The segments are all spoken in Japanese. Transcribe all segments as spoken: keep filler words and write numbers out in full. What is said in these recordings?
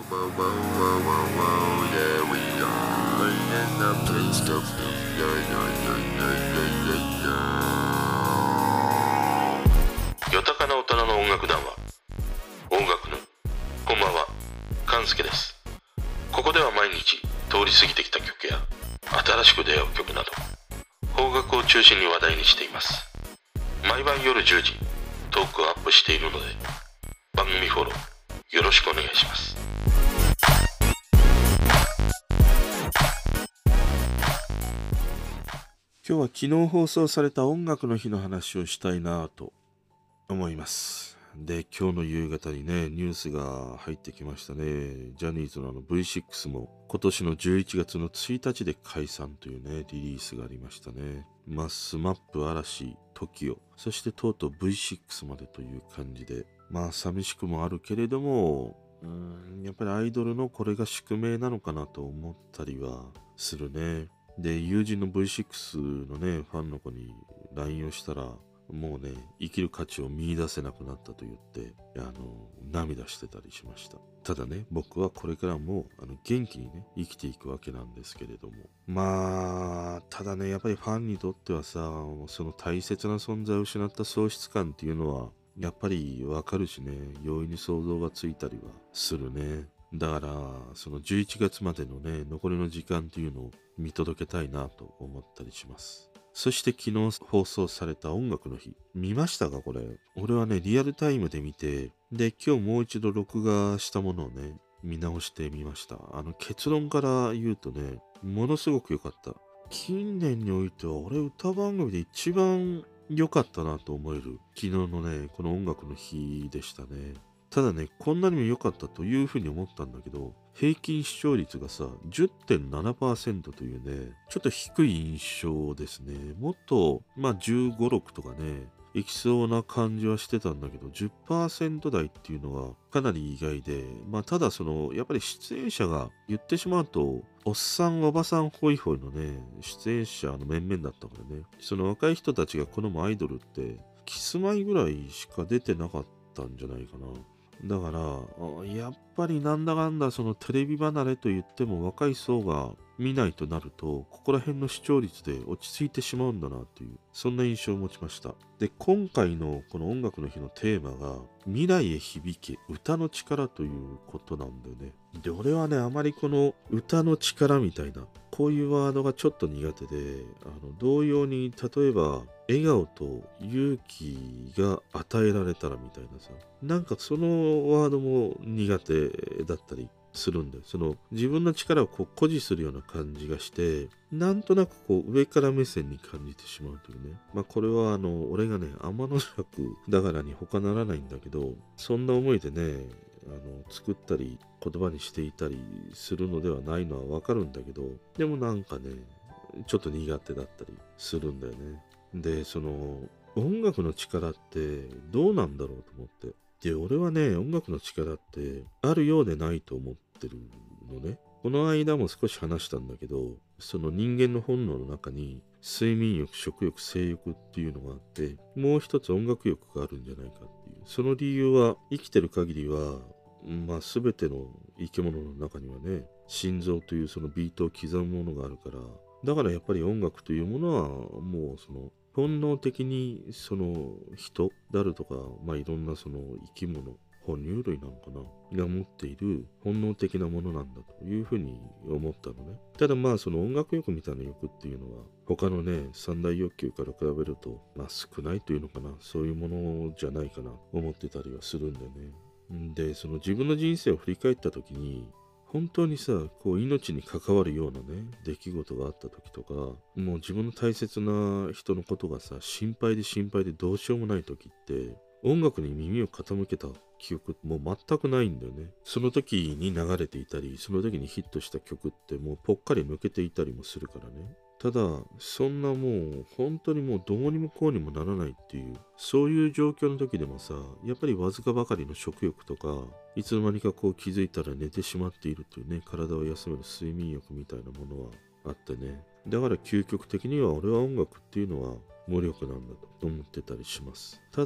whoa, whoa, whoa, whoa, whoa, there we are in the place of yeah, yeah, yeah, yeah, yeah, yeah. よたかな大人の音楽談話音楽のこんばんは、かんすけです。ここでは毎日通り過ぎてきた曲や新しく出会う曲など邦楽を中心に話題にしています。毎晩夜じゅうじトークをアップしているので番組フォローよろしくお願いします。 今日は昨日放送された音楽の日の話をしたいなと思います。で、今日の夕方にね、ニュースが入ってきましたね。ジャニーズのあの ブイシックス も今年のじゅういちがつのついたちで解散というね、リリースがありましたね。まあ、スマップ、嵐、トキオ、そしてとうとう ブイシックス までという感じで、まあ寂しくもあるけれども、うーん、やっぱりアイドルのこれが宿命なのかなと思ったりはするね。で、友人の ブイシックス のね、ファンの子に ライン をしたら、もうね、生きる価値を見出せなくなったと言って、あの、涙してたりしました。ただね、僕はこれからもあの元気にね、生きていくわけなんですけれども。まあ、ただね、やっぱりファンにとってはさ、その大切な存在を失った喪失感っていうのは、やっぱりわかるしね、容易に想像がついたりはするね。だから、そのじゅういちがつまでのね、残りの時間っていうのを見届けたいなと思ったりします。そして昨日放送された音楽の日。見ましたかこれ。俺はね、リアルタイムで見て、で、今日もう一度録画したものをね、見直してみました。あの、結論から言うとね、ものすごく良かった。近年においては、俺歌番組で一番良かったなと思える、昨日のね、この音楽の日でしたね。ただね、こんなにも良かったというふうに思ったんだけど、平均視聴率がさ、じゅってんななパーセント というね、ちょっと低い印象ですね。もっと、まあじゅうご、ろくとかね、いきそうな感じはしてたんだけど、じゅっパーセント 台っていうのはかなり意外で、まあただその、やっぱり出演者が言ってしまうと、おっさんおばさんホイホイのね、出演者の面々だったからね、その若い人たちが好むアイドルって、キスマイぐらいしか出てなかったんじゃないかな。だから、やっぱりなんだかんだそのテレビ離れと言っても若い層が見ないとなると、ここら辺の視聴率で落ち着いてしまうんだなという、そんな印象を持ちました。で、今回のこの音楽の日のテーマが、未来へ響け、歌の力ということなんだよね。で、俺はね、あまりこの歌の力みたいな、こういうワードがちょっと苦手で、あの、同様に、例えば、笑顔と勇気が与えられたらみたいなさ、なんかそのワードも苦手だったりするんだよ。その自分の力をこう誇示するような感じがして、なんとなくこう上から目線に感じてしまうというね。まあこれはあの、俺がね、天の尺だからに他ならないんだけど、そんな思いでね、あの、作ったり言葉にしていたりするのではないのはわかるんだけど、でもなんかね、ちょっと苦手だったりするんだよね。で、その音楽の力ってどうなんだろうと思って。で、俺はね、音楽の力ってあるようでないと思ってるのね。この間も少し話したんだけど、その人間の本能の中に睡眠欲、食欲、性欲っていうのがあって、もう一つ音楽欲があるんじゃないかっていう。その理由は生きてる限りは、まあ全ての生き物の中にはね、心臓というそのビートを刻むものがあるから、だからやっぱり音楽というものはもうその本能的にその人であるとか、まあいろんなその生き物、哺乳類なのかなが持っている本能的なものなんだというふうに思ったのね。ただまあその音楽欲みたいな欲っていうのは他のね三大欲求から比べるとまあ少ないというのかな、そういうものじゃないかな思ってたりはするんだよね。で、その自分の人生を振り返った時に本当にさ、こう命に関わるようなね、出来事があった時とか、もう自分の大切な人のことがさ、心配で心配でどうしようもない時って、音楽に耳を傾けた記憶もう全くないんだよね。その時に流れていたり、その時にヒットした曲ってもうぽっかり抜けていたりもするからね。ただ、そんなもう本当にもうどうにもこうにもならないっていう、そういう状況の時でもさ、やっぱりわずかばかりの食欲とか、いつの間にかこう気づいたら寝てしまっているというね、体を休める睡眠欲みたいなものはあってね。だから究極的には俺は音楽っていうのは無力なんだと思ってたりします。ただ、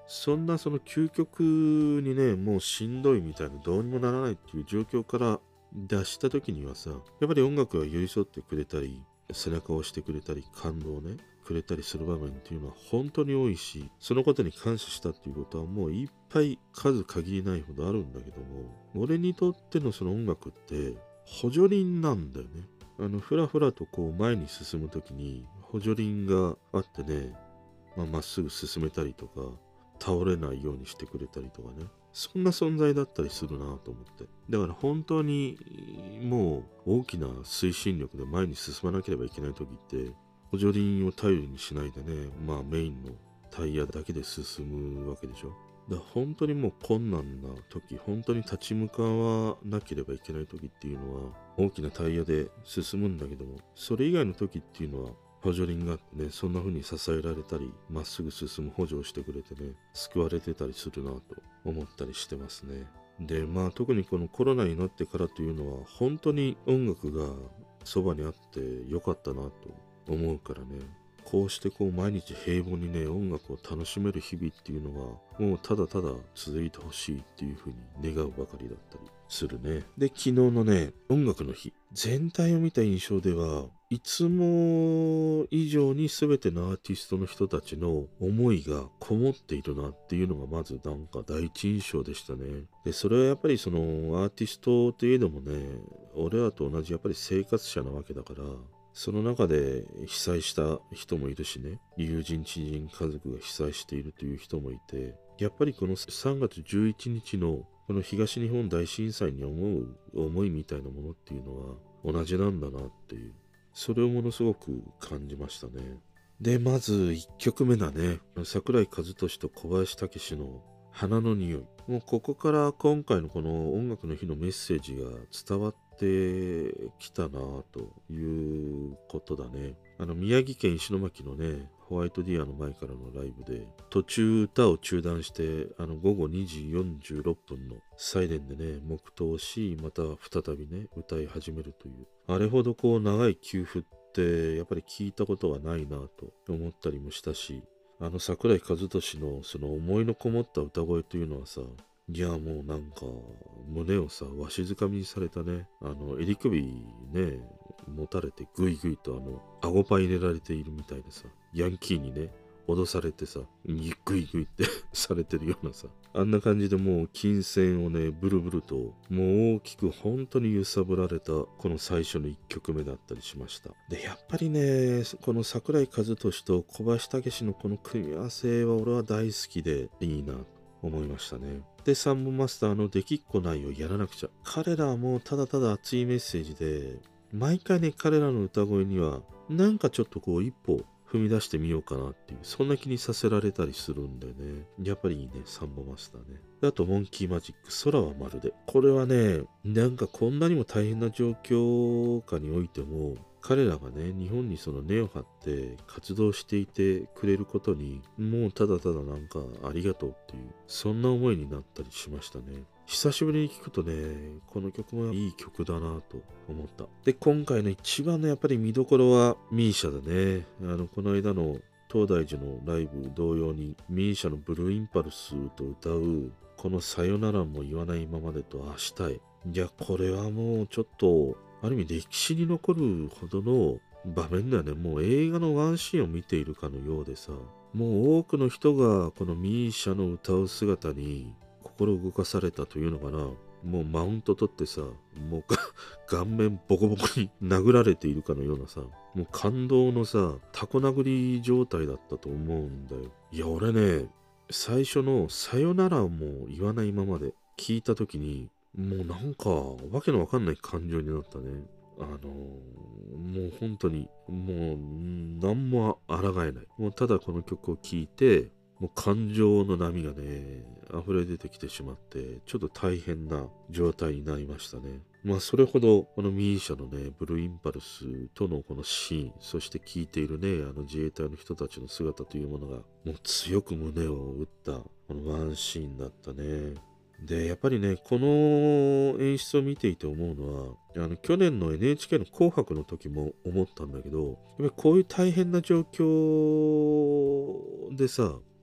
そんなその究極にね、もうしんどいみたいな、どうにもならないっていう状況から出した時にはさ、やっぱり音楽が寄り添ってくれたり、背中を押してくれたり、感動をね、くれたりする場面っていうのは本当に多いし、そのことに感謝したっていうことはもういっぱい数限りないほどあるんだけども、俺にとってのその音楽って補助輪なんだよね。あの、ふらふらとこう前に進むときに補助輪があってね、まあ、まっすぐ進めたりとか、倒れないようにしてくれたりとかね。そんな存在だったりするなと思って。だから本当にもう大きな推進力で前に進まなければいけない時って、補助輪を頼りにしないでね、まあメインのタイヤだけで進むわけでしょ。だから本当にもう困難な時、本当に立ち向かわなければいけない時っていうのは、大きなタイヤで進むんだけども、それ以外の時っていうのは、補助輪があってね、そんな風に支えられたり、まっすぐ進む補助をしてくれてね、救われてたりするなと思ったりしてますね。で、まあ特にこのコロナになってからというのは、本当に音楽がそばにあってよかったなと思うからね。こうしてこう毎日平凡にね、音楽を楽しめる日々っていうのが、もうただただ続いてほしいっていう風に願うばかりだったりするね。で、昨日のね、音楽の日、全体を見た印象では、いつも以上に全てのアーティストの人たちの思いがこもっているなっていうのがまずなんか第一印象でしたね。で、それはやっぱりそのアーティストといえどもね、俺らと同じやっぱり生活者なわけだから、その中で被災した人もいるしね、友人、知人、家族が被災しているという人もいて、やっぱりこのさんがつじゅういちにちのこの東日本大震災に思う思いみたいなものっていうのは同じなんだなっていう、それをものすごく感じましたね。で、まずいっきょくめだね。桜井和寿と小林武史の花の匂い。もうここから今回のこの音楽の日のメッセージが伝わってきたなということだね。あの宮城県石巻のね、ホワイトディアの前からのライブで、途中歌を中断して、あの午後にじよんじゅうろっぷんのサイレンでね、黙祷し、また再びね、歌い始めるという。あれほどこう長い休符ってやっぱり聞いたことがないなと思ったりもしたし、あの桜井和寿のその思いのこもった歌声というのはさ、いやもうなんか胸をさわしづかみにされたね、あの襟首ね持たれてグイグイとあの顎パン入れられているみたいでさ、ヤンキーにね脅されてさ、グイグイってされてるようなさ、あんな感じでもう金銭をねブルブルともう大きく本当に揺さぶられたこの最初のいっきょくめだったりしました。でやっぱりね、この桜井和寿と小林武史のこの組み合わせは俺は大好きでいいなと思いましたね。で、サンボマスターのできっこないをやらなくちゃ。彼らはもうただただ熱いメッセージで、毎回ね、彼らの歌声には、なんかちょっとこう一歩踏み出してみようかなっていう、そんな気にさせられたりするんだよね。やっぱりいいね、サンボマスターね。あと、モンキーマジック、空はまるで。これはね、なんかこんなにも大変な状況下においても、彼らがね、日本にその根を張って活動していてくれることに、もうただただなんかありがとうっていう、そんな思いになったりしましたね。久しぶりに聴くとね、この曲もいい曲だなと思った。で、今回の一番のやっぱり見どころはミーシャだね。あの、この間の東大寺のライブ同様に、ミーシャのブルーインパルスと歌う、このさよならも言わないままでと明日へ。いや、これはもうちょっと、ある意味歴史に残るほどの場面だよね。もう映画のワンシーンを見ているかのようでさ、もう多くの人がこのミーシャの歌う姿に心動かされたというのかな。もうマウント取ってさ、もう顔面ボコボコに殴られているかのようなさ、もう感動のさ、タコ殴り状態だったと思うんだよ。いや、俺ね、最初のさよならも言わないままで聞いたときに、もうなんか、わけのわかんない感情になったね。あのー、もう本当に、もう、何も抗えない。もうただこの曲を聴いて、もう感情の波がね、溢れ出てきてしまって、ちょっと大変な状態になりましたね。まあそれほど、このミーシャのね、ブルーインパルスとのこのシーン、そして聴いているね、あの自衛隊の人たちの姿というものが、もう強く胸を打った、このワンシーンだったね。で、やっぱりね、この演出を見ていて思うのは、あの去年の エヌエイチケー の紅白の時も思ったんだけど、やっぱりこういう大変な状況でさ、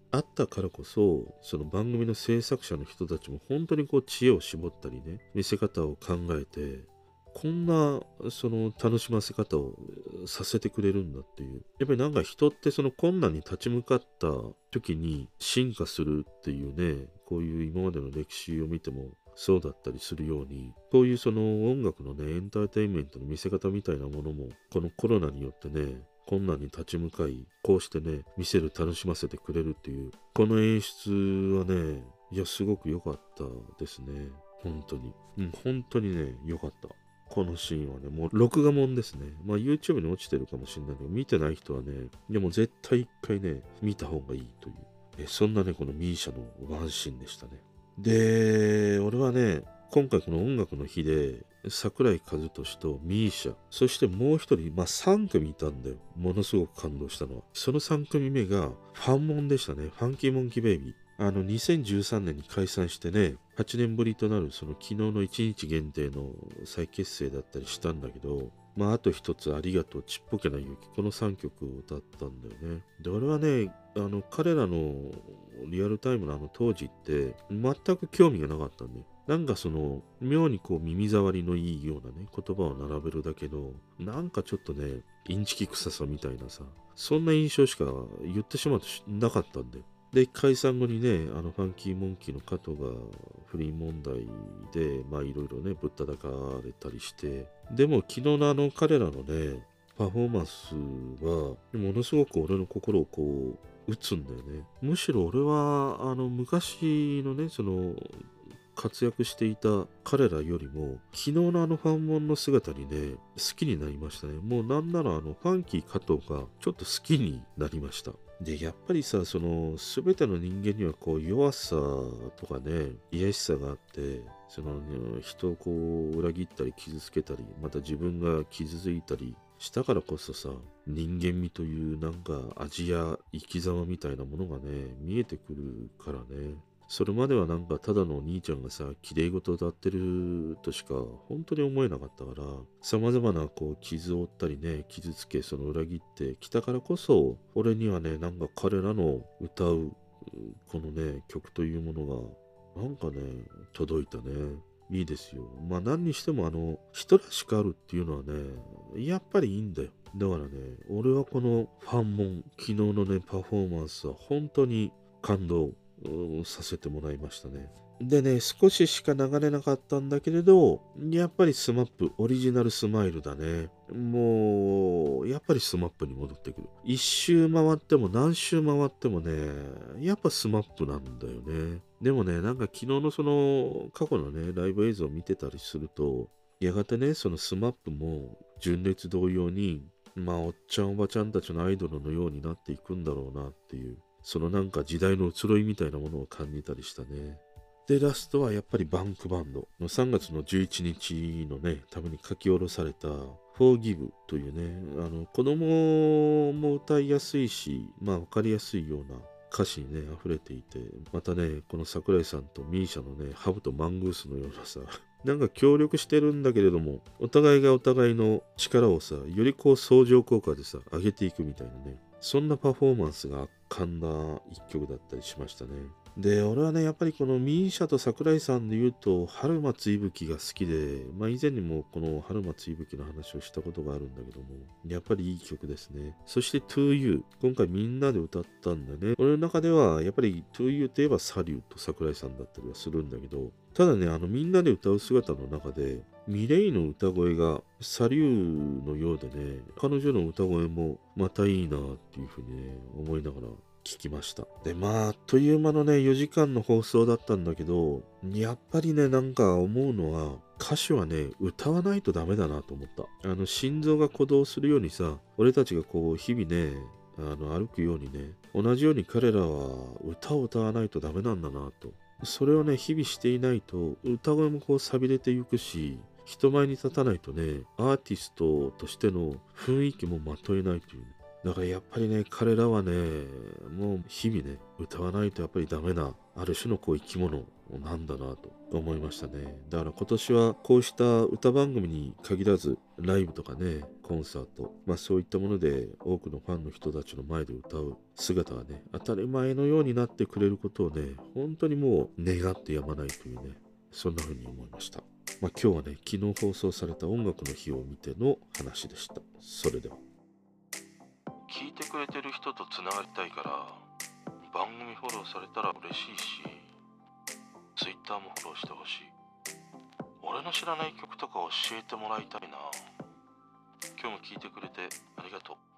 あったからこそ、その番組の制作者の人たちも本当にこう知恵を絞ったりね、見せ方を考えて、こんなその楽しませ方をさせてくれるんだっていう。やっぱりなんか人ってその困難に立ち向かった時に進化するっていうね、こういう今までの歴史を見てもそうだったりするように、こういうその音楽のね、エンターテインメントの見せ方みたいなものも、このコロナによってね、困難に立ち向かい、こうしてね、見せる、楽しませてくれるっていう、この演出はね、いや、すごく良かったですね。本当に。うん、本当にね、良かった。このシーンはね、もう録画もんですね。まあ YouTube に落ちてるかもしれないけど、見てない人はね、でも絶対一回ね、見た方がいいという。えそんなね、このミーシャのワンシーンでしたね。で、俺はね、今回この音楽の日で、桜井和寿とミーシャ、そしてもう一人、まあさん組いたんだよ。ものすごく感動したのは。そのさん組目がファンモンでしたね。ファンキーモンキーベイビー。あのにせんじゅうさんねんに解散してね、はちねんぶりとなるその昨日のいちにち限定の再結成だったりしたんだけど、まああと一つありがとうちっぽけな勇気、このさんきょくを歌ったんだよね。で、俺はね、あの彼らのリアルタイムのあの当時って全く興味がなかったんで、なんかその妙にこう耳障りのいいようなね言葉を並べるだけのなんかちょっとねインチキ臭さみたいなさ、そんな印象しか言ってしまうとなかったんで。で、解散後にね、あのファンキーモンキーの加藤が不倫問題で、まあいろいろね、ぶったたかれたりして、でも昨日のあの彼らのね、パフォーマンスは、ものすごく俺の心をこう、打つんだよね。むしろ俺は、あの昔のね、その、活躍していた彼らよりも昨日のあのファンモンの姿にね好きになりましたね。もうなんならあのファンキー加藤がちょっと好きになりました。でやっぱりさ、その全ての人間にはこう弱さとかね癒しさがあって、その、ね、人をこう裏切ったり傷つけたり、また自分が傷ついたりしたからこそさ、人間味というなんか味や生き様みたいなものがね見えてくるからね。それまではなんかただのお兄ちゃんがさ、綺麗事を歌ってるとしか本当に思えなかったから、様々なこう傷を負ったりね、傷つけ、その裏切ってきたからこそ、俺にはね、なんか彼らの歌うこのね、曲というものが、なんかね、届いたね。いいですよ。まあ何にしてもあの、人らしくあるっていうのはね、やっぱりいいんだよ。だからね、俺はこのファンモン、昨日のね、パフォーマンスは本当に感動させてもらいましたね。でね、少ししか流れなかったんだけれど、やっぱりスマップ、オリジナルスマイルだね。もう、やっぱりスマップに戻ってくる。一周回っても何周回ってもね、やっぱスマップなんだよね。でもね、なんか昨日のその過去のね、ライブ映像を見てたりすると、やがてね、そのスマップも純烈同様に、まあ、おっちゃんおばちゃんたちのアイドルのようになっていくんだろうなっていう。そのなんか時代の移ろいみたいなものを感じたりしたね。で、ラストはやっぱりバンクバンドのさんがつのじゅういちにちのね、ために書き下ろされた Forgive というね、あの子供も歌いやすいし、まあわかりやすいような歌詞にね、溢れていて、またね、この桜井さんとミーシャのね、ハブとマングースのようなさ、なんか協力してるんだけれども、お互いがお互いの力をさ、よりこう相乗効果でさ、上げていくみたいなね、そんなパフォーマンスが圧巻な一曲だったりしましたね。で、俺はね、やっぱりこのミーシャと桜井さんで言うと、春松いぶきが好きで、まあ以前にもこの春松いぶきの話をしたことがあるんだけども、やっぱりいい曲ですね。そして To You、今回みんなで歌ったんだよね。俺の中では、やっぱり To You といえばサリューと桜井さんだったりはするんだけど、ただね、あのみんなで歌う姿の中で、ミレイの歌声がサリューのようでね、彼女の歌声もまたいいなっていうふうにね、思いながら聞きました。で、まあ、あっという間のね、よじかんの放送だったんだけど、やっぱりね、なんか思うのは、歌手はね、歌わないとダメだなと思った。あの、心臓が鼓動するようにさ、俺たちがこう、日々ね、あの、歩くようにね、同じように彼らは歌を歌わないとダメなんだなと。それをね、日々していないと、歌声もこう、錆びれていくし、人前に立たないとね、アーティストとしての雰囲気もまとえないという。 だからやっぱりね、彼らはね、もう日々ね、歌わないとやっぱりダメな、ある種のこう生き物なんだなと思いましたね。だから今年はこうした歌番組に限らず、ライブとかね、コンサート、まあそういったもので多くのファンの人たちの前で歌う姿がね、当たり前のようになってくれることをね、本当にもう願ってやまないというね、そんな風に思いました。まあ今日はね、昨日放送された音楽の日を見ての話でした。それでは。聞いてくれてる人とつながりたいから番組フォローされたら嬉しいし、 Twitter もフォローしてほしい。俺の知らない曲とか教えてもらいたいな。今日も聞いてくれてありがとう。